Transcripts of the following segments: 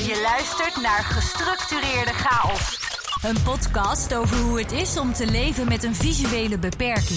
Je luistert naar Gestructureerde Chaos. Een podcast over hoe het is om te leven met een visuele beperking.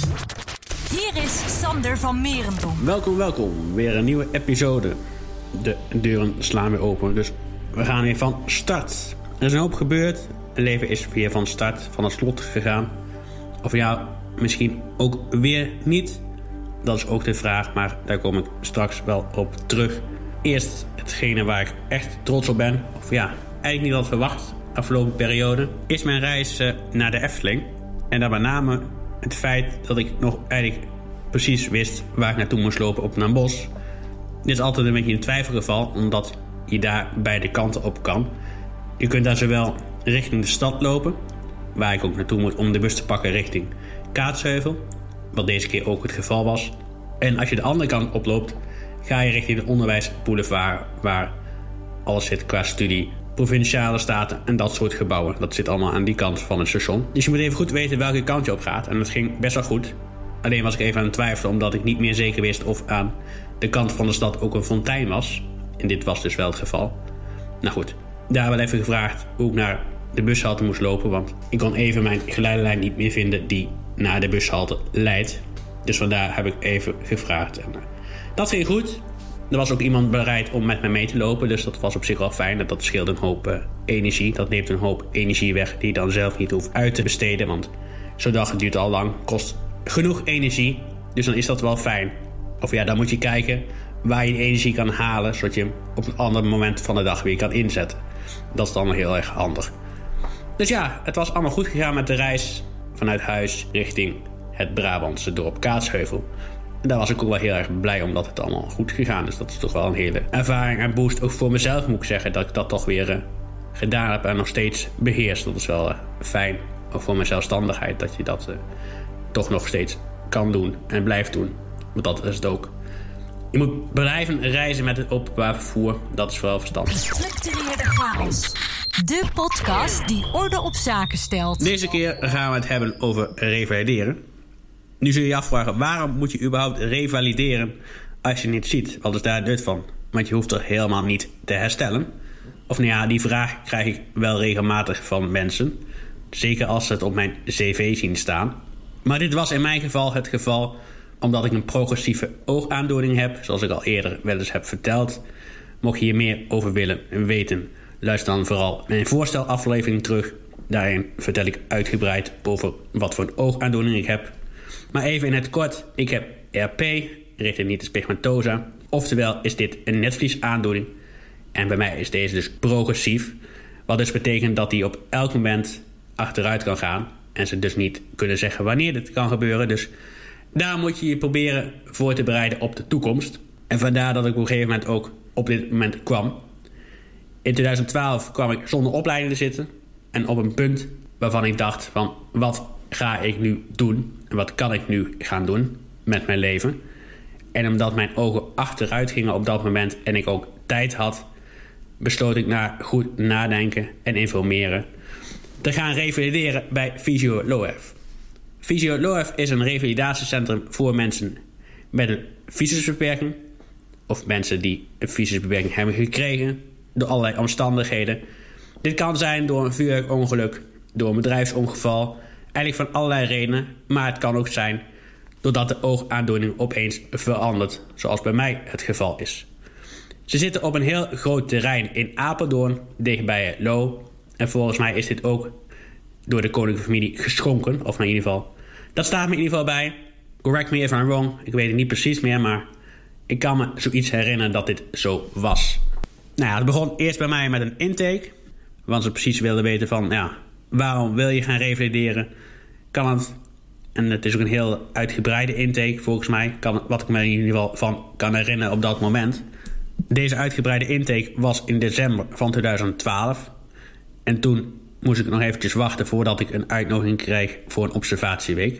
Hier is Sander van Merendonk. Welkom. Weer een nieuwe episode. De deuren slaan weer open, dus we gaan weer van start. Er is een hoop gebeurd. Het leven is weer van start, van het slot gegaan. Of ja, misschien ook weer niet. Dat is ook de vraag, maar daar kom ik straks wel op terug. Eerst hetgene waar ik echt trots op ben. Of ja, eigenlijk niet had verwacht afgelopen periode. Is mijn reis naar de Efteling. En dan met name het feit dat ik nog eigenlijk precies wist waar ik naartoe moest lopen op Den Bosch. Dit is altijd een beetje een twijfelgeval, omdat je daar beide kanten op kan. Je kunt daar zowel richting de stad lopen, waar ik ook naartoe moet om de bus te pakken richting Kaatsheuvel. Wat deze keer ook het geval was. En als je de andere kant oploopt, ga je richting de onderwijsboulevard, waar alles zit qua studie, provinciale staten en dat soort gebouwen. Dat zit allemaal aan die kant van het station. Dus je moet even goed weten welke kant je op gaat. En dat ging best wel goed. Alleen was ik even aan het twijfelen, omdat ik niet meer zeker wist of aan de kant van de stad ook een fontein was. En dit was dus wel het geval. Nou goed, daar wel even gevraagd hoe ik naar de bushalte moest lopen, want ik kon even mijn geleidelijn niet meer vinden die naar de bushalte leidt. Dus vandaar heb ik even gevraagd. En dat ging goed. Er was ook iemand bereid om met me mee te lopen, dus dat was op zich wel fijn. Dat scheelde een hoop energie. Dat neemt een hoop energie weg die je dan zelf niet hoeft uit te besteden, want zo'n dag duurt al lang, kost genoeg energie. Dus dan is dat wel fijn. Of ja, dan moet je kijken waar je de energie kan halen, zodat je hem op een ander moment van de dag weer kan inzetten. Dat is dan heel erg handig. Dus ja, het was allemaal goed gegaan met de reis vanuit huis richting het Brabantse dorp Kaatsheuvel. En daar was ik ook wel heel erg blij omdat het allemaal goed gegaan is. Dat is toch wel een hele ervaring en boost. Ook voor mezelf moet ik zeggen dat ik dat toch weer gedaan heb en nog steeds beheers. Dat is wel fijn, ook voor mijn zelfstandigheid, dat je dat toch nog steeds kan doen en blijft doen. Want dat is het ook. Je moet blijven reizen met het openbaar vervoer. Dat is wel verstandig. Gestructureerde Chaos. De podcast die orde op zaken stelt. Deze keer gaan we het hebben over revalideren. Nu zul je je afvragen, waarom moet je überhaupt revalideren als je niet ziet? Wat is daar het nut van? Want je hoeft er helemaal niet te herstellen. Of nou ja, die vraag krijg ik wel regelmatig van mensen. Zeker als ze het op mijn cv zien staan. Maar dit was in mijn geval het geval omdat ik een progressieve oogaandoening heb. Zoals ik al eerder wel eens heb verteld. Mocht je hier meer over willen weten, luister dan vooral mijn voorstelaflevering terug. Daarin vertel ik uitgebreid over wat voor een oogaandoening ik heb. Maar even in het kort, ik heb RP, retinitis pigmentosa. Oftewel is dit een netvliesaandoening. En bij mij is deze dus progressief. Wat dus betekent dat die op elk moment achteruit kan gaan. En ze dus niet kunnen zeggen wanneer dit kan gebeuren. Dus daar moet je je proberen voor te bereiden op de toekomst. En vandaar dat ik op een gegeven moment ook op dit moment kwam. In 2012 kwam ik zonder opleiding te zitten. En op een punt waarvan ik dacht van, wat ga ik nu doen? En wat kan ik nu gaan doen met mijn leven? En omdat mijn ogen achteruit gingen op dat moment en ik ook tijd had, besloot ik na goed nadenken en informeren te gaan revalideren bij Fysioloef. Fysioloef is een revalidatiecentrum voor mensen met een visuebeperking of mensen die een visuebeperking hebben gekregen door allerlei omstandigheden. Dit kan zijn door een vuurwerkongeluk, door een bedrijfsongeval, eigenlijk van allerlei redenen, maar het kan ook zijn doordat de oogaandoening opeens verandert, zoals bij mij het geval is. Ze zitten op een heel groot terrein in Apeldoorn, dichtbij Lo. En volgens mij is dit ook door de koninklijke familie geschonken, of in ieder geval. Dat staat me in ieder geval bij. Correct me if I'm wrong, ik weet het niet precies meer, maar ik kan me zoiets herinneren dat dit zo was. Nou ja, het begon eerst bij mij met een intake, want ze precies wilden weten van, ja, waarom wil je gaan revalideren? Kan het? En het is ook een heel uitgebreide intake volgens mij. Wat ik me in ieder geval van kan herinneren op dat moment. Deze uitgebreide intake was in december van 2012. En toen moest ik nog eventjes wachten voordat ik een uitnodiging kreeg voor een observatieweek.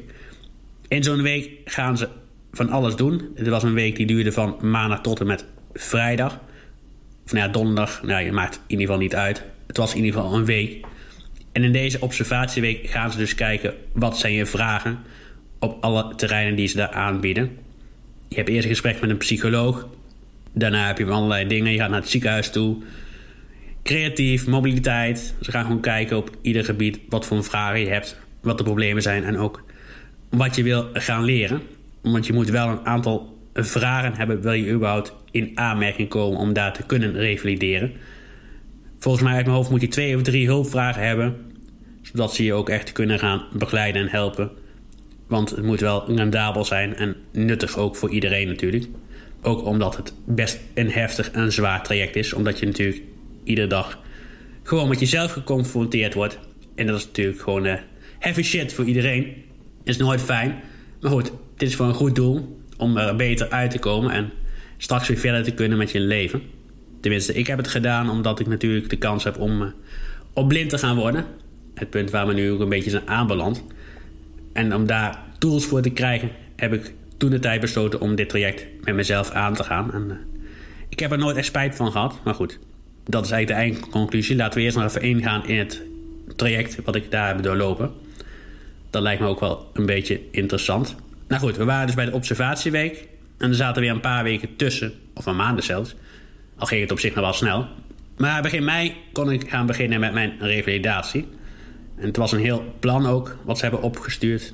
In zo'n week gaan ze van alles doen. Het was een week die duurde van maandag tot en met vrijdag. Of nou ja, donderdag. Nou, je maakt in ieder geval niet uit. Het was in ieder geval een week. En in deze observatieweek gaan ze dus kijken wat zijn je vragen op alle terreinen die ze daar aanbieden. Je hebt eerst een gesprek met een psycholoog. Daarna heb je allerlei dingen. Je gaat naar het ziekenhuis toe. creatief, mobiliteit. Ze gaan gewoon kijken op ieder gebied wat voor vragen je hebt, wat de problemen zijn en ook wat je wil gaan leren. Want je moet wel een aantal vragen hebben, wil je überhaupt in aanmerking komen om daar te kunnen revalideren. Volgens mij uit mijn hoofd moet je 2 of 3 hulpvragen hebben, zodat ze je ook echt kunnen gaan begeleiden en helpen. Want het moet wel rendabel zijn en nuttig ook voor iedereen natuurlijk. Ook omdat het best een heftig en zwaar traject is. Omdat je natuurlijk iedere dag gewoon met jezelf geconfronteerd wordt. En dat is natuurlijk gewoon heavy shit voor iedereen. Is nooit fijn. Maar goed, dit is voor een goed doel. Om er beter uit te komen en straks weer verder te kunnen met je leven. Tenminste, ik heb het gedaan omdat ik natuurlijk de kans heb om op blind te gaan worden. Het punt waar we nu ook een beetje zijn aanbeland. En om daar tools voor te krijgen, heb ik toen de tijd besloten om dit traject met mezelf aan te gaan. En ik heb er nooit echt spijt van gehad. Maar goed, dat is eigenlijk de eindconclusie. Laten we eerst nog even ingaan in het traject wat ik daar heb doorlopen. Dat lijkt me ook wel een beetje interessant. Nou goed, we waren dus bij de observatieweek. En er zaten weer een paar weken tussen. Of een maanden zelfs. Al ging het op zich nog wel snel. Maar begin mei kon ik gaan beginnen met mijn revalidatie. En het was een heel plan ook wat ze hebben opgestuurd.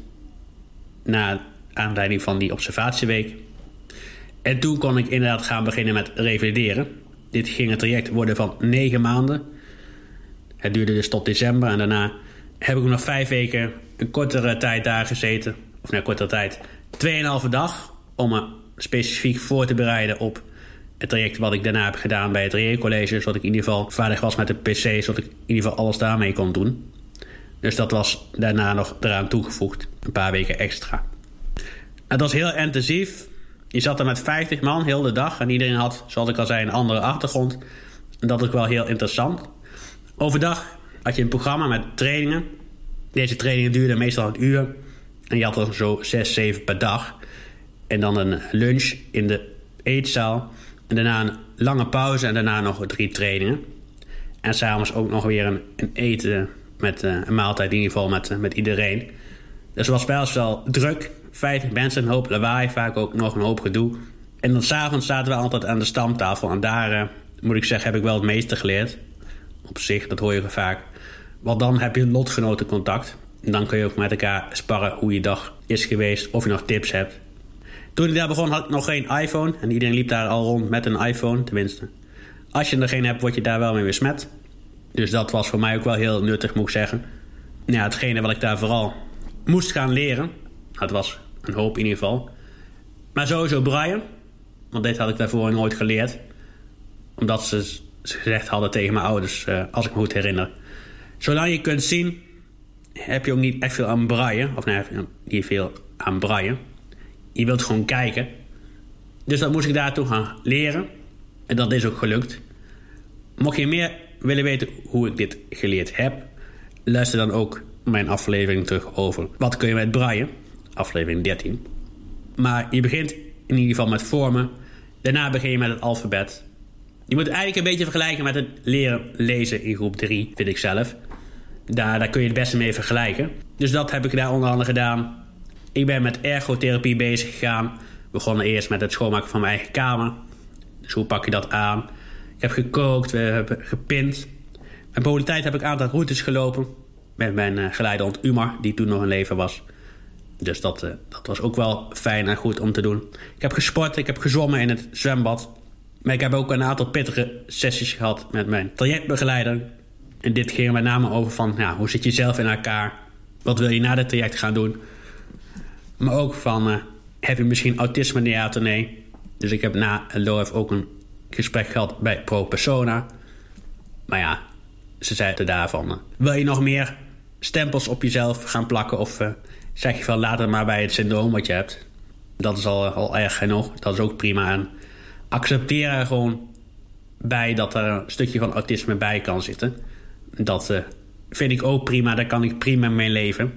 Na aanleiding van die observatieweek. En toen kon ik inderdaad gaan beginnen met revalideren. Dit ging een traject worden van 9 maanden. Het duurde dus tot december. En daarna heb ik nog 5 weken een kortere tijd daar gezeten. Of nee, kortere tijd. 2,5 dag. Om me specifiek voor te bereiden op het traject wat ik daarna heb gedaan bij het reëelcollege. Zodat ik in ieder geval vaardig was met de PC. Zodat ik in ieder geval alles daarmee kon doen. Dus dat was daarna nog eraan toegevoegd. Een paar weken extra. Het was heel intensief. Je zat er met 50 man heel de dag. En iedereen had, zoals ik al zei, een andere achtergrond. En dat is ook wel heel interessant. Overdag had je een programma met trainingen. Deze trainingen duurden meestal een uur. En je had er zo 6, 7 per dag. En dan een lunch in de eetzaal. En daarna een lange pauze. En daarna nog 3 trainingen. En s'avonds ook nog weer een eten met een maaltijd in ieder geval met iedereen. Dus het was best wel druk. 50 mensen, een hoop lawaai, vaak ook nog een hoop gedoe. En dan 's avonds zaten we altijd aan de stamtafel. En daar, moet ik zeggen, heb ik wel het meeste geleerd. Op zich, dat hoor je vaak. Want dan heb je lotgenotencontact. En dan kun je ook met elkaar sparren hoe je dag is geweest. Of je nog tips hebt. Toen ik daar begon had ik nog geen iPhone. En iedereen liep daar al rond met een iPhone, tenminste. Als je er geen hebt, word je daar wel mee besmet. Dus dat was voor mij ook wel heel nuttig, moet ik zeggen. Nou ja, hetgene wat ik daar vooral moest gaan leren. Het was een hoop in ieder geval. Maar sowieso braille. Want dit had ik daarvoor nooit geleerd. Omdat ze gezegd hadden tegen mijn ouders, als ik me goed herinner. Zolang je kunt zien, heb je ook niet echt veel aan braille. Of nee, niet veel aan braille. Je wilt gewoon kijken. Dus dat moest ik daartoe gaan leren. En dat is ook gelukt. Mocht je meer willen weten hoe ik dit geleerd heb, luister dan ook mijn aflevering terug over wat kun je met braille. Aflevering 13. Maar je begint in ieder geval met vormen. Daarna begin je met het alfabet. Je moet het eigenlijk een beetje vergelijken met het leren lezen in groep 3, vind ik zelf. Daar kun je het beste mee vergelijken. Dus dat heb ik daar onder andere gedaan. Ik ben met ergotherapie bezig gegaan. We begonnen eerst met het schoonmaken van mijn eigen kamer. Dus hoe pak je dat aan? Ik heb gekookt, we hebben gepind. Met mobiliteit heb ik een aantal routes gelopen. Met mijn geleidehond Umar, die toen nog in leven was. Dus dat was ook wel fijn en goed om te doen. Ik heb gesport, ik heb gezwommen in het zwembad. Maar ik heb ook een aantal pittige sessies gehad met mijn trajectbegeleider. En dit ging er met name over van, ja, hoe zit je zelf in elkaar? Wat wil je na dit traject gaan doen? Maar ook van, heb je misschien autisme, ja of nee? Dus ik heb na LOF ook een gesprek gehad bij Pro Persona. Maar ja, ze zeiden daarvan, wil je nog meer stempels op jezelf gaan plakken? Of zeg je van, laat het maar bij het syndroom wat je hebt. Dat is al erg genoeg. Dat is ook prima. En accepteer er gewoon bij dat er een stukje van autisme bij kan zitten. Dat vind ik ook prima. Daar kan ik prima mee leven.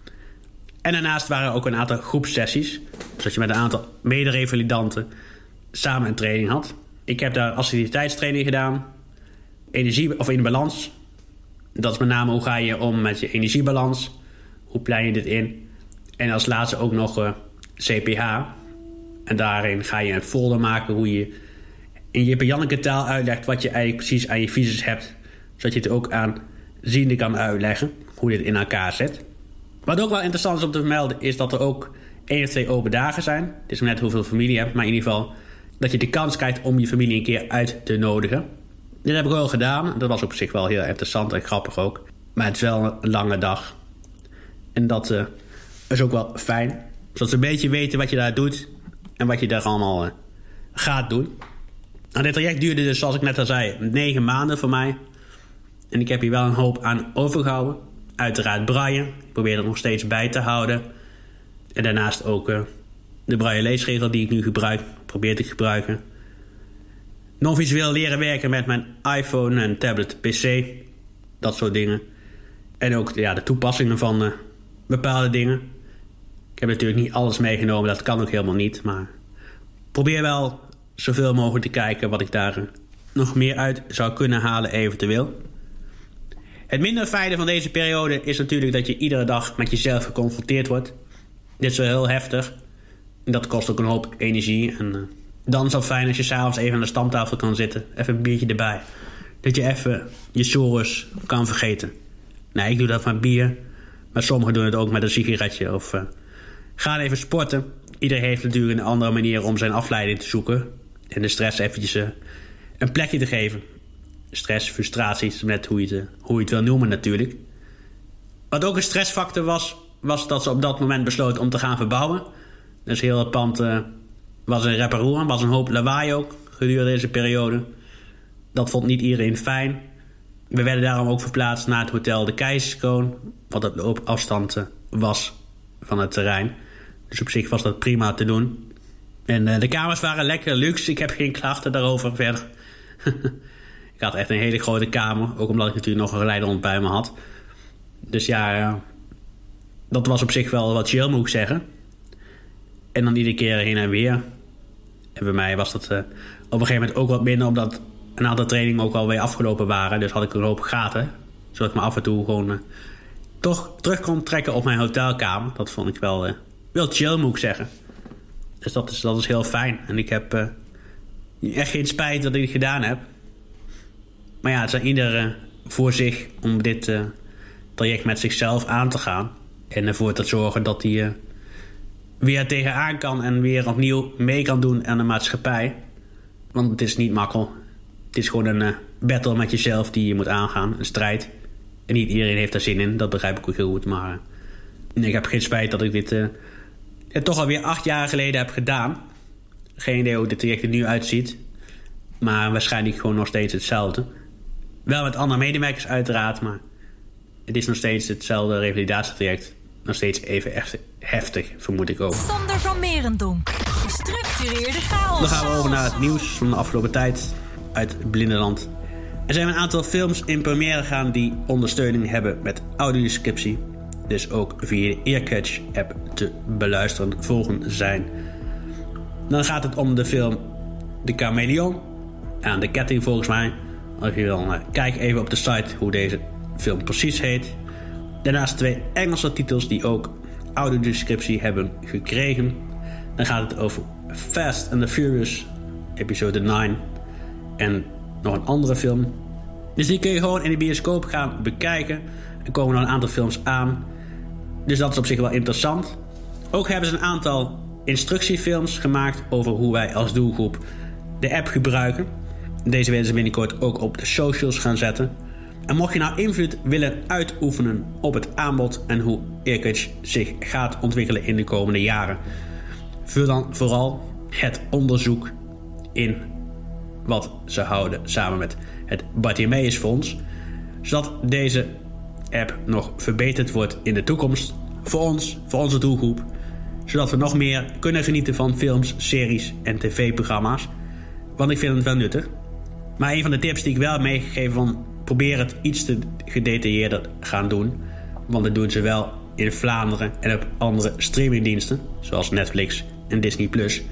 En daarnaast waren er ook een aantal groepsessies. Zodat je met een aantal mederevalidanten samen een training had. Ik heb daar aciditeitstraining gedaan. Energie of in balans. Dat is met name hoe ga je om met je energiebalans. Hoe plan je dit in? En als laatste ook nog CPH. En daarin ga je een folder maken hoe je in Jip en Janneke taal uitlegt wat je eigenlijk precies aan je visus hebt. Zodat je het ook aan ziende kan uitleggen hoe dit in elkaar zit. Wat ook wel interessant is om te vermelden is dat er ook 1 of 2 open dagen zijn. Het is net hoeveel familie je hebt, maar in ieder geval dat je de kans krijgt om je familie een keer uit te nodigen. Dit heb ik wel gedaan. Dat was op zich wel heel interessant en grappig ook. Maar het is wel een lange dag. En dat is ook wel fijn. Zodat ze een beetje weten wat je daar doet en wat je daar allemaal gaat doen. Nou, dit traject duurde dus, zoals ik net al zei, 9 maanden voor mij. En ik heb hier wel een hoop aan overgehouden. Uiteraard braille. Ik probeer er nog steeds bij te houden. En daarnaast ook de braille leesregel die ik nu gebruik. Probeer te gebruiken. Nog visueel leren werken met mijn iPhone en tablet PC. Dat soort dingen. En ook de toepassingen van bepaalde dingen. Ik heb natuurlijk niet alles meegenomen. Dat kan ook helemaal niet. Maar probeer wel zoveel mogelijk te kijken wat ik daar nog meer uit zou kunnen halen eventueel. Het minder fijne van deze periode is natuurlijk dat je iedere dag met jezelf geconfronteerd wordt. Dit is wel heel heftig. En dat kost ook een hoop energie. En dan is het fijn als je s'avonds even aan de stamtafel kan zitten. Even een biertje erbij. Dat je even je sores kan vergeten. Nee, ik doe dat met bier. Maar sommigen doen het ook met een sigaretje. Of gaan even sporten. Iedereen heeft natuurlijk een andere manier om zijn afleiding te zoeken. En de stress eventjes een plekje te geven. Stress, frustraties, net hoe je het wil noemen natuurlijk. Wat ook een stressfactor was dat ze op dat moment besloten om te gaan verbouwen. Dus heel het pand was een rep en roer. Was een hoop lawaai ook gedurende deze periode. Dat vond niet iedereen fijn. We werden daarom ook verplaatst naar het hotel De Keizerskroon. Wat op loopafstand was van het terrein. Dus op zich was dat prima te doen. En de kamers waren lekker luxe. Ik heb geen klachten daarover verder. Ik had echt een hele grote kamer. Ook omdat ik natuurlijk nog een geleidehond bij me had. Dus ja, dat was op zich wel wat chill, moet ik zeggen. En dan iedere keer heen en weer. En bij mij was dat op een gegeven moment ook wat minder, omdat een aantal trainingen ook alweer afgelopen waren. Dus had ik een hoop gaten. Zodat ik me af en toe gewoon toch terug kon trekken op mijn hotelkamer. Dat vond ik wel chill, moet ik zeggen. Dus dat is heel fijn. En ik heb echt geen spijt dat ik het gedaan heb. Maar ja, het is aan ieder voor zich om dit traject met zichzelf aan te gaan. En ervoor te zorgen dat hij weer tegenaan kan en weer opnieuw mee kan doen aan de maatschappij. Want het is niet makkelijk. Het is gewoon een battle met jezelf die je moet aangaan. Een strijd. En niet iedereen heeft daar zin in. Dat begrijp ik ook heel goed. Maar ik heb geen spijt dat ik dit toch alweer 8 jaar geleden heb gedaan. Geen idee hoe dit traject er nu uitziet. Maar waarschijnlijk gewoon nog steeds hetzelfde. Wel met andere medewerkers uiteraard. Maar het is nog steeds hetzelfde revalidatietraject. Nog steeds even echt heftig, vermoed ik ook. Sander van Merendonk. Gestructureerde chaos. Dan gaan we over naar het nieuws van de afgelopen tijd uit Blindenland. Er zijn een aantal films in première gegaan die ondersteuning hebben met audiodescriptie. Dus ook via de Earcatch app te beluisteren volgen zijn. Dan gaat het om de film De Chameleon. Aan de ketting volgens mij. Als je dan kijk even op de site hoe deze film precies heet. Daarnaast 2 Engelse titels die ook audiodescriptie hebben gekregen. Dan gaat het over Fast and the Furious, episode 9. En nog een andere film. Dus die kun je gewoon in de bioscoop gaan bekijken. Er komen nog een aantal films aan. Dus dat is op zich wel interessant. Ook hebben ze een aantal instructiefilms gemaakt over hoe wij als doelgroep de app gebruiken. Deze willen ze binnenkort ook op de socials gaan zetten. En mocht je nou invloed willen uitoefenen op het aanbod en hoe Earcatch zich gaat ontwikkelen in de komende jaren, vul dan vooral het onderzoek in wat ze houden samen met het Bartimeus Fonds, zodat deze app nog verbeterd wordt in de toekomst voor ons, voor onze doelgroep, zodat we nog meer kunnen genieten van films, series en tv-programma's. Want ik vind het wel nuttig. Maar een van de tips die ik wel heb meegegeven van probeer het iets te gedetailleerder gaan doen. Want dat doen ze wel in Vlaanderen en op andere streamingdiensten, zoals Netflix en Disney+.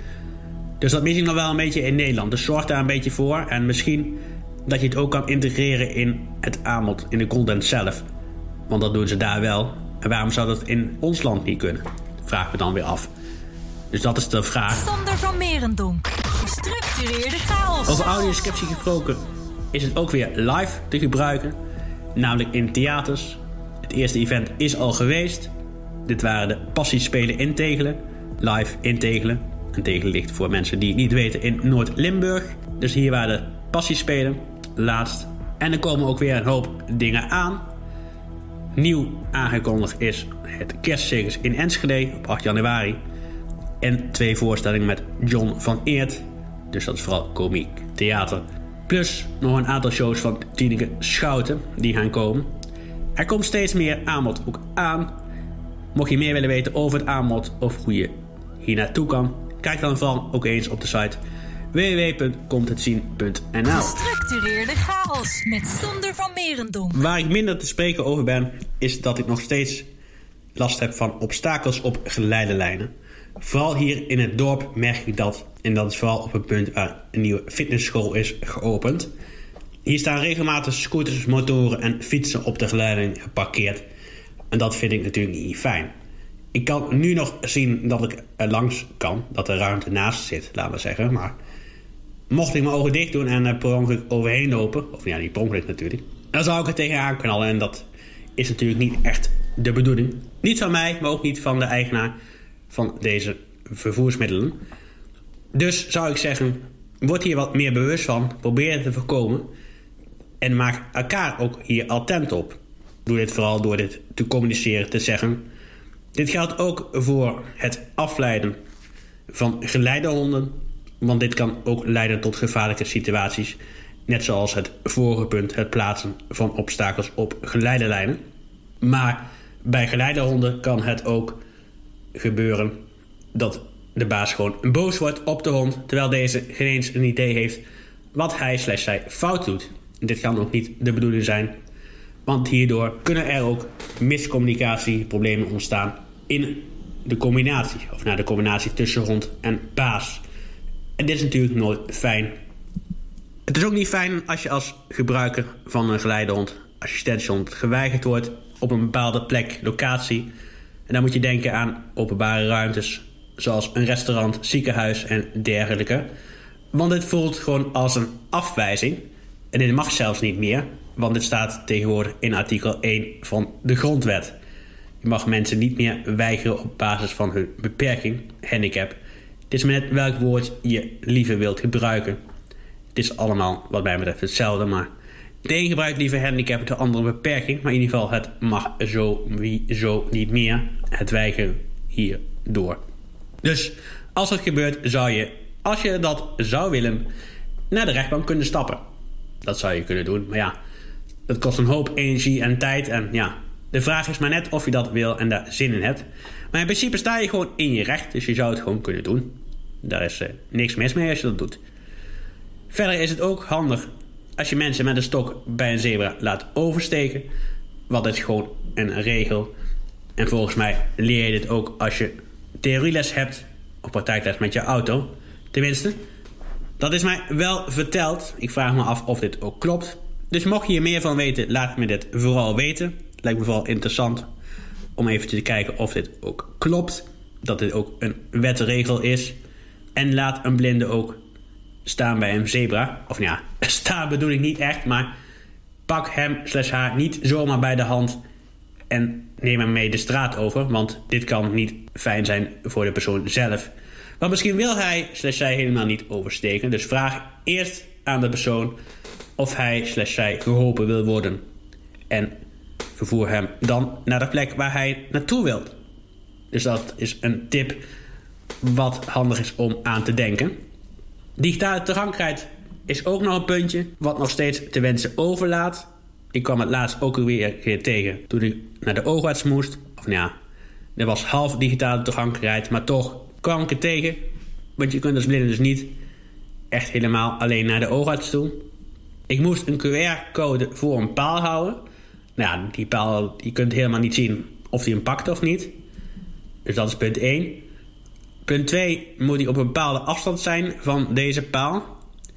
Dus dat mis ik nog wel een beetje in Nederland. Dus zorg daar een beetje voor. En misschien dat je het ook kan integreren in het aanbod, in de content zelf. Want dat doen ze daar wel. En waarom zou dat in ons land niet kunnen? Vraag me dan weer af. Dus dat is de vraag. Sander van Merendonk. Gestructureerde chaos. Over audiodescriptie gesproken. is het ook weer live te gebruiken. Namelijk in theaters. Het eerste event is al geweest. Dit waren de Passiespelen in Tegelen. Live in Tegelen. En Tegelen ligt voor mensen die het niet weten in Noord-Limburg. Dus hier waren de Passiespelen. Laatst. En er komen ook weer een hoop dingen aan. Nieuw aangekondigd is het Kerstcircus in Enschede op 8 januari. En 2 voorstellingen met John van Eert. Dus dat is vooral komiek theater. Plus nog een aantal shows van Tineke Schouten die gaan komen. Er komt steeds meer aanbod ook aan. Mocht je meer willen weten over het aanbod of hoe je hier naartoe kan, kijk dan vooral ook eens op de site www.komthetzien.nl. Gestructureerde chaos met Sander van Merendonk. Waar ik minder te spreken over ben, is dat ik nog steeds last heb van obstakels op geleidelijnen. Vooral hier in het dorp merk ik dat. En dat is vooral op het punt waar een nieuwe fitnessschool is geopend. Hier staan regelmatig scooters, motoren en fietsen op de geleiding geparkeerd. En dat vind ik natuurlijk niet fijn. Ik kan nu nog zien dat ik er langs kan. Dat er ruimte naast zit, laten we zeggen. Maar mocht ik mijn ogen dicht doen en er per ongeluk overheen lopen. Of ja, niet per ongeluk natuurlijk. Dan zou ik er tegenaan knallen. En dat is natuurlijk niet echt de bedoeling. Niet van mij, maar ook niet van de eigenaar van deze vervoersmiddelen. Dus zou ik zeggen, word hier wat meer bewust van. Probeer het te voorkomen. En maak elkaar ook hier attent op. Doe dit vooral door dit te communiceren, te zeggen. Dit geldt ook voor het afleiden van geleidehonden. Want dit kan ook leiden tot gevaarlijke situaties. Net zoals het vorige punt, het plaatsen van obstakels op geleidelijnen. Maar bij geleidehonden kan het ook gebeuren dat de baas gewoon boos wordt op de hond, terwijl deze geen eens een idee heeft wat hij/zij fout doet. Dit kan ook niet de bedoeling zijn, want hierdoor kunnen er ook miscommunicatieproblemen ontstaan in de combinatie, of de combinatie tussen hond en baas. En dit is natuurlijk nooit fijn. Het is ook niet fijn als je als gebruiker van een geleidehond, assistentiehond, geweigerd wordt op een bepaalde plek, locatie. En dan moet je denken aan openbare ruimtes, zoals een restaurant, ziekenhuis en dergelijke. Want dit voelt gewoon als een afwijzing. En dit mag zelfs niet meer, want dit staat tegenwoordig in artikel 1 van de grondwet. Je mag mensen niet meer weigeren op basis van hun beperking, handicap. Het is maar net welk woord je liever wilt gebruiken. Het is allemaal wat mij betreft hetzelfde, maar de een gebruikt liever handicap, de andere beperking. Maar in ieder geval, het mag sowieso niet meer. Het weigeren hierdoor. Dus als dat gebeurt, zou je, als je dat zou willen, naar de rechtbank kunnen stappen. Dat zou je kunnen doen, maar ja, dat kost een hoop energie en tijd. En ja, de vraag is maar net of je dat wil en daar zin in hebt. Maar in principe sta je gewoon in je recht, dus je zou het gewoon kunnen doen. Daar is niks mis mee als je dat doet. Verder is het ook handig als je mensen met een stok bij een zebra laat oversteken. Want het is gewoon een regel. En volgens mij leer je dit ook als je theorieles hebt of praktijkles met je auto. Tenminste, dat is mij wel verteld. Ik vraag me af of dit ook klopt. Dus mocht je hier meer van weten, laat me dit vooral weten. Lijkt me vooral interessant om even te kijken of dit ook klopt. Dat dit ook een wetregel is. En laat een blinde ook staan bij een zebra. Of ja, staan bedoel ik niet echt, maar pak hem/haar niet zomaar bij de hand en neem hem mee de straat over. Want dit kan niet fijn zijn voor de persoon zelf. Maar misschien wil hij/zij helemaal niet oversteken. Dus vraag eerst aan de persoon of hij/zij geholpen wil worden. En vervoer hem dan naar de plek waar hij naartoe wil. Dus dat is een tip wat handig is om aan te denken. Digitale toegankelijkheid is ook nog een puntje wat nog steeds te wensen overlaat. Ik kwam het laatst ook weer een keer tegen toen ik naar de oogarts moest. Of nou ja, er was half digitale toegankelijkheid, maar toch kwam ik het tegen. Want je kunt als blinde dus niet echt helemaal alleen naar de oogarts toe. Ik moest een QR-code voor een paal houden. Nou ja, die paal, je kunt helemaal niet zien of die hem pakt of niet. Dus dat is punt 1. Punt 2, moet hij op een bepaalde afstand zijn van deze paal.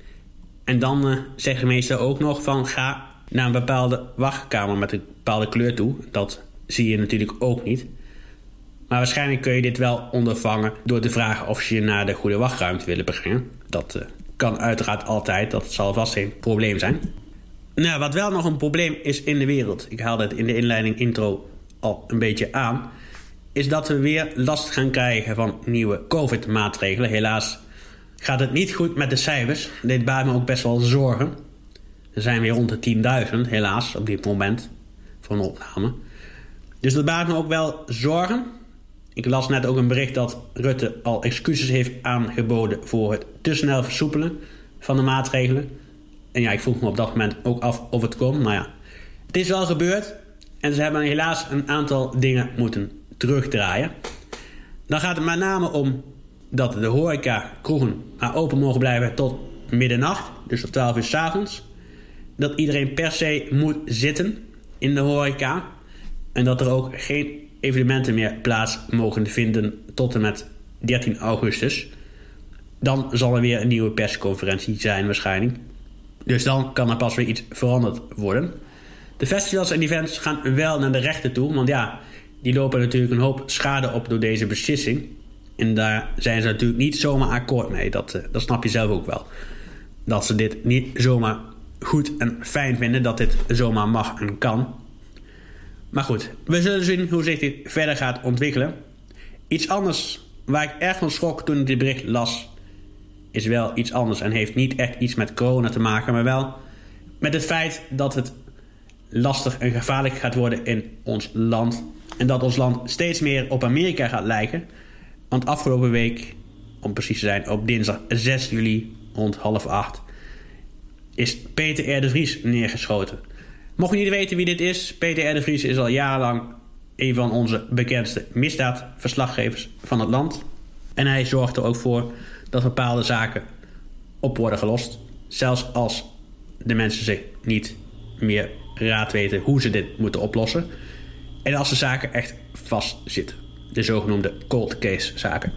En dan zeggen meestal ook nog van ga naar een bepaalde wachtkamer met een bepaalde kleur toe. Dat zie je natuurlijk ook niet. Maar waarschijnlijk kun je dit wel ondervangen door te vragen of ze je naar de goede wachtruimte willen brengen. Dat kan uiteraard altijd, dat zal vast geen probleem zijn. Nou, wat wel nog een probleem is in de wereld, ik haalde het in de inleiding intro al een beetje aan, is dat we weer last gaan krijgen van nieuwe COVID-maatregelen. Helaas gaat het niet goed met de cijfers. Dit baart me ook best wel zorgen. Er zijn weer rond de 10.000, helaas, op dit moment, voor een opname. Dus dat baart me ook wel zorgen. Ik las net ook een bericht dat Rutte al excuses heeft aangeboden voor het te snel versoepelen van de maatregelen. En ja, ik vroeg me op dat moment ook af of het kon. Maar ja, het is wel gebeurd. En ze hebben helaas een aantal dingen moeten terugdraaien. Dan gaat het met name om dat de horeca, kroegen, maar open mogen blijven tot middernacht. Dus tot 12 uur 's avonds. Dat iedereen per se moet zitten in de horeca. En dat er ook geen evenementen meer plaats mogen vinden tot en met 13 augustus. Dan zal er weer een nieuwe persconferentie zijn waarschijnlijk. Dus dan kan er pas weer iets veranderd worden. De festivals en events gaan wel naar de rechter toe. Want ja, die lopen natuurlijk een hoop schade op door deze beslissing. En daar zijn ze natuurlijk niet zomaar akkoord mee. Dat snap je zelf ook wel. Dat ze dit niet zomaar goed en fijn vinden. Dat dit zomaar mag en kan. Maar goed, we zullen zien hoe zich dit verder gaat ontwikkelen. Iets anders waar ik erg van schrok toen ik dit bericht las, is wel iets anders en heeft niet echt iets met corona te maken, maar wel met het feit dat het lastig en gevaarlijk gaat worden in ons land. En dat ons land steeds meer op Amerika gaat lijken. Want afgelopen week, om precies te zijn, op dinsdag 6 juli rond 7:30 is Peter R. de Vries neergeschoten. Mocht je niet weten wie dit is, Peter R. de Vries is al jarenlang een van onze bekendste misdaadverslaggevers van het land. En hij zorgt er ook voor dat bepaalde zaken op worden gelost. Zelfs als de mensen zich niet meer raad weten hoe ze dit moeten oplossen. En als de zaken echt vastzitten. De zogenoemde cold case zaken.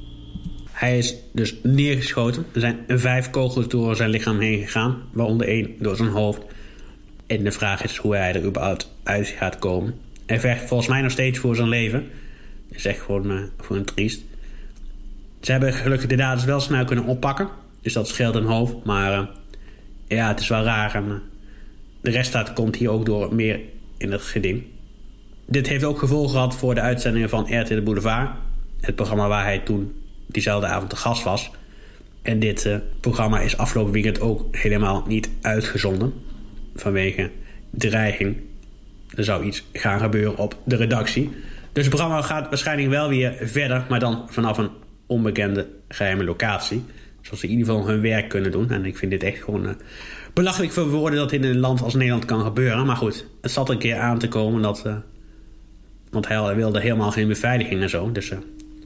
Hij is dus neergeschoten. Er zijn 5 kogels door zijn lichaam heen gegaan. Waaronder 1 door zijn hoofd. En de vraag is hoe hij er überhaupt uit gaat komen. Hij vecht volgens mij nog steeds voor zijn leven. Dat is echt gewoon triest. Ze hebben gelukkig de daders wel snel kunnen oppakken. Dus dat scheelt een hoofd. Maar ja, het is wel raar. En de reststaat komt hier ook door meer in het geding. Dit heeft ook gevolgen gehad voor de uitzendingen van RTL Boulevard. Het programma waar hij toen diezelfde avond te gast was. En dit programma is afgelopen weekend ook helemaal niet uitgezonden. Vanwege dreiging. Er zou iets gaan gebeuren op de redactie. Dus het programma gaat waarschijnlijk wel weer verder. Maar dan vanaf een onbekende geheime locatie. Zodat ze in ieder geval hun werk kunnen doen. En ik vind dit echt gewoon belachelijk voor woorden dat in een land als Nederland kan gebeuren. Maar goed, het zat een keer aan te komen dat... want hij wilde helemaal geen beveiliging en zo. Dus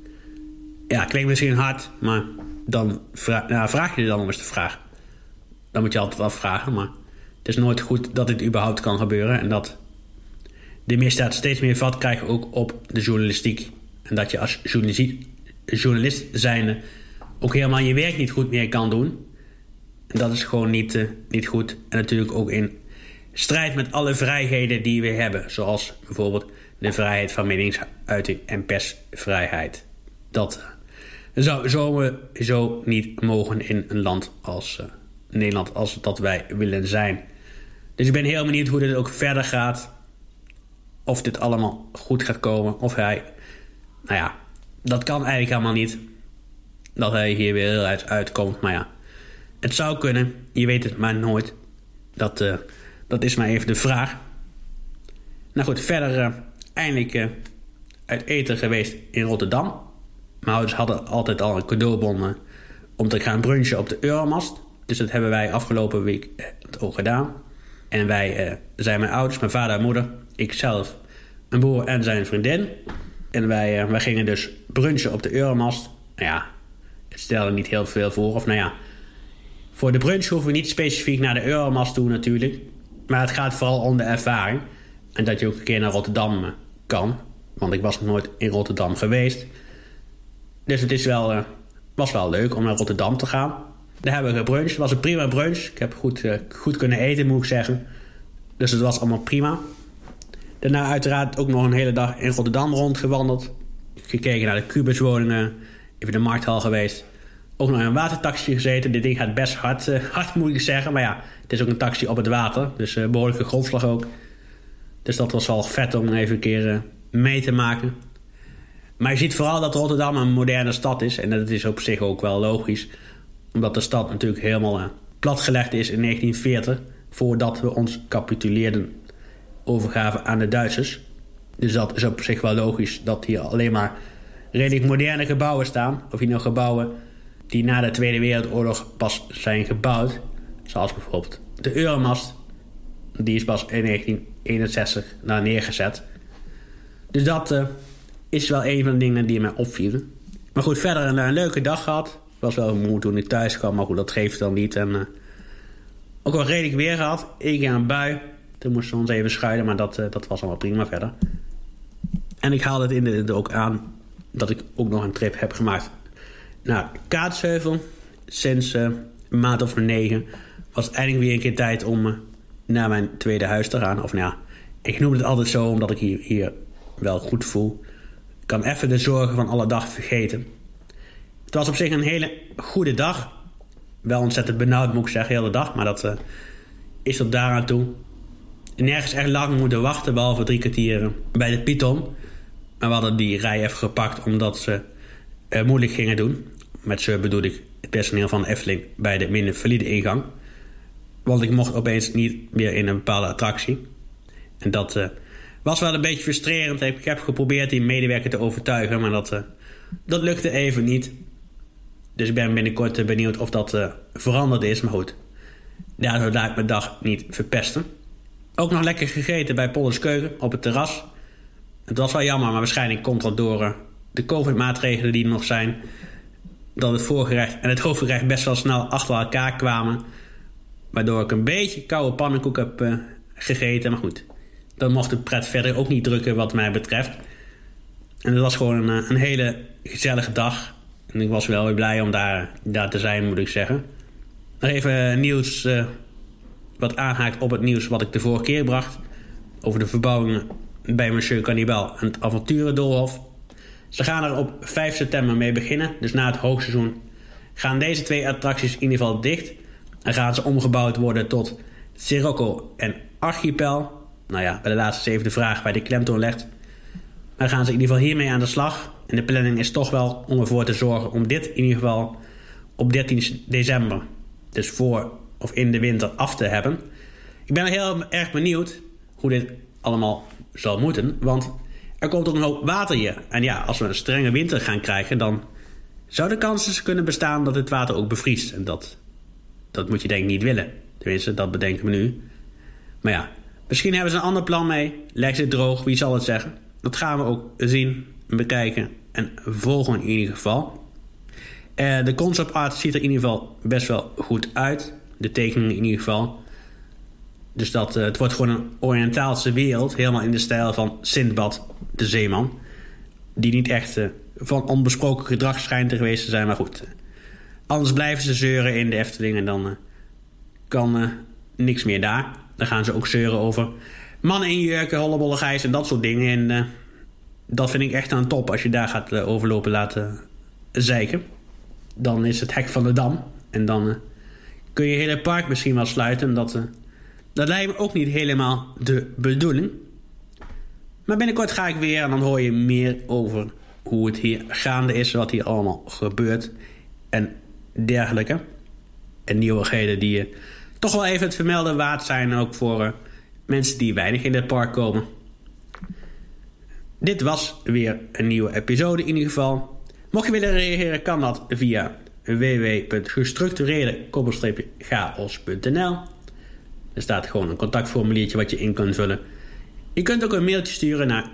ja, klinkt misschien hard. Maar dan vraag je dan nog eens de vraag. Dan moet je altijd afvragen. Maar het is nooit goed dat dit überhaupt kan gebeuren. En dat de misdaad steeds meer vat krijgt ook op de journalistiek. En dat je als journalist zijnde ook helemaal je werk niet goed meer kan doen. En dat is gewoon niet goed. En natuurlijk ook in strijd met alle vrijheden die we hebben. Zoals bijvoorbeeld de vrijheid van meningsuiting en persvrijheid. Dat zou sowieso niet mogen in een land als Nederland als dat wij willen zijn. Dus ik ben heel benieuwd hoe dit ook verder gaat. Of dit allemaal goed gaat komen. Of hij... Nou ja, dat kan eigenlijk helemaal niet. Dat hij hier weer heel uitkomt. Maar ja, het zou kunnen. Je weet het maar nooit. Dat is maar even de vraag. Nou goed, verder eindelijk uit eten geweest in Rotterdam. Mijn ouders hadden altijd al een cadeaubon om te gaan brunchen op de Euromast. Dus dat hebben wij afgelopen week ook gedaan. En wij zijn mijn ouders, mijn vader en moeder, ikzelf, een broer en zijn vriendin. En wij gingen dus brunchen op de Euromast. Nou ja, het stelde niet heel veel voor. Of nou ja, voor de brunch hoeven we niet specifiek naar de Euromast toe natuurlijk. Maar het gaat vooral om de ervaring. En dat je ook een keer naar Rotterdam kan. Want ik was nog nooit in Rotterdam geweest. Dus het is was wel leuk om naar Rotterdam te gaan. Daar hebben we gebruncht. Het was een prima brunch. Ik heb goed kunnen eten, moet ik zeggen. Dus het was allemaal prima. Daarna uiteraard ook nog een hele dag in Rotterdam rondgewandeld. Gekeken naar de kubuswoningen. Even de markthal geweest. ook nog in een watertaxi gezeten. Dit ding gaat best hard moet ik zeggen. Maar ja, het is ook een taxi op het water. Dus behoorlijke golfslag ook. Dus dat was wel vet om even een keer mee te maken. Maar je ziet vooral dat Rotterdam een moderne stad is. En dat is op zich ook wel logisch. Omdat de stad natuurlijk helemaal platgelegd is in 1940. Voordat we ons capituleerden, overgaven aan de Duitsers. Dus dat is op zich wel logisch dat hier alleen maar redelijk moderne gebouwen staan. Of hier nog gebouwen die na de Tweede Wereldoorlog pas zijn gebouwd. Zoals bijvoorbeeld de Euromast. Die is pas in 1961 neergezet. Dus dat is wel een van de dingen die mij opvielen. Maar goed, verder een leuke dag gehad. Ik was wel moe toen ik thuis kwam, maar goed, dat geeft dan niet. En ook wel redelijk weer gehad. 1 keer een bui. Toen moesten we ons even schuilen, maar dat was allemaal prima verder. En ik haalde het in de ook aan dat ik ook nog een trip heb gemaakt naar Kaatsheuvel. Sinds een maand of 9 was het eindelijk weer een keer tijd om naar mijn tweede huis te gaan. Of nou ja, ik noem het altijd zo omdat ik hier wel goed voel. Ik kan even de zorgen van alle dag vergeten. Het was op zich een hele goede dag. Wel ontzettend benauwd moet ik zeggen, de hele dag. Maar dat is tot daaraan toe. Nergens echt lang moeten wachten, behalve 3 kwartier bij de Python. Maar we hadden die rij even gepakt omdat ze moeilijk gingen doen. Met ze bedoel ik het personeel van de Efteling bij de minder valide ingang. Want ik mocht opeens niet meer in een bepaalde attractie. En dat was wel een beetje frustrerend. Ik heb geprobeerd die medewerker te overtuigen, maar dat lukte even niet. Dus ik ben binnenkort benieuwd of dat veranderd is. Maar goed, daardoor laat ik mijn dag niet verpesten. Ook nog lekker gegeten bij Polles Keuken op het terras. Het was wel jammer, maar waarschijnlijk komt dat door de COVID-maatregelen die er nog zijn. Dat het voorgerecht en het hoofdgerecht best wel snel achter elkaar kwamen. Waardoor ik een beetje koude pannenkoek heb gegeten. Maar goed, dan mocht de pret verder ook niet drukken wat mij betreft. En het was gewoon een hele gezellige dag. En ik was wel weer blij om daar te zijn, moet ik zeggen. Nog even nieuws wat aanhaakt op het nieuws wat ik de vorige keer bracht. Over de verbouwingen bij Monsieur Cannibal en het Avonturendoolhof. Ze gaan er op 5 september mee beginnen. Dus na het hoogseizoen gaan deze 2 attracties in ieder geval dicht. En gaan ze omgebouwd worden tot Sirocco en Archipel. Nou ja, bij de laatste 7 de vraag waar de klemtoon legt. Maar gaan ze in ieder geval hiermee aan de slag. En de planning is toch wel om ervoor te zorgen om dit in ieder geval op 13 december, dus voor of in de winter, af te hebben. Ik ben heel erg benieuwd hoe dit allemaal zal moeten. Want er komt ook een hoop water hier. En ja, als we een strenge winter gaan krijgen, dan zou de kans dus kunnen bestaan dat het water ook bevriest. En dat moet je denk ik niet willen. Tenminste, dat bedenken we nu. Maar ja, misschien hebben ze een ander plan mee. Leg ze droog, wie zal het zeggen. Dat gaan we ook zien, bekijken en volgen in ieder geval. De concept art ziet er in ieder geval best wel goed uit. De tekeningen in ieder geval. Dus het wordt gewoon een Oriëntaalse wereld. Helemaal in de stijl van Sindbad de Zeeman. Die niet echt van onbesproken gedrag schijnt te geweest te zijn. Maar goed, anders blijven ze zeuren in de Efteling. En dan kan niks meer daar. Dan gaan ze ook zeuren over mannen in jurken, hollebolle gijs en dat soort dingen. En dat vind ik echt aan top als je daar gaat overlopen laten zeiken. Dan is het hek van de Dam. En dan kun je het hele park misschien wel sluiten. Dat lijkt me ook niet helemaal de bedoeling. Maar binnenkort ga ik weer en dan hoor je meer over hoe het hier gaande is. Wat hier allemaal gebeurt. En dergelijke. En nieuwigheden die toch wel even het vermelden waard zijn. Ook voor mensen die weinig in het park komen. Dit was weer een nieuwe episode in ieder geval. Mocht je willen reageren kan dat via www.gestructureerde-chaos.nl. Er staat gewoon een contactformuliertje wat je in kunt vullen. Je kunt ook een mailtje sturen naar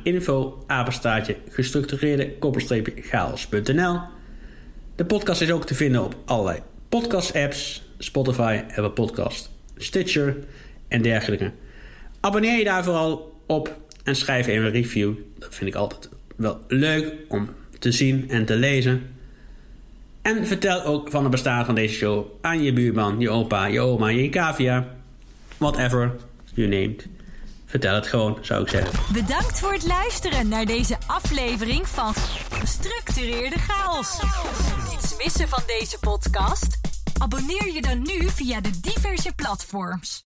info@gestructureerde-chaos.nl. De podcast is ook te vinden op allerlei podcast-apps. Spotify, Apple Podcast, Stitcher en dergelijke. Abonneer je daar vooral op en schrijf even een review. Dat vind ik altijd wel leuk om te zien en te lezen. En vertel ook van het bestaan van deze show aan je buurman, je opa, je oma, je cavia. Whatever you named. vertel het gewoon, zou ik zeggen. Bedankt voor het luisteren naar deze aflevering van Gestructureerde Chaos. Niets missen van deze podcast? Abonneer je dan nu via de diverse platforms.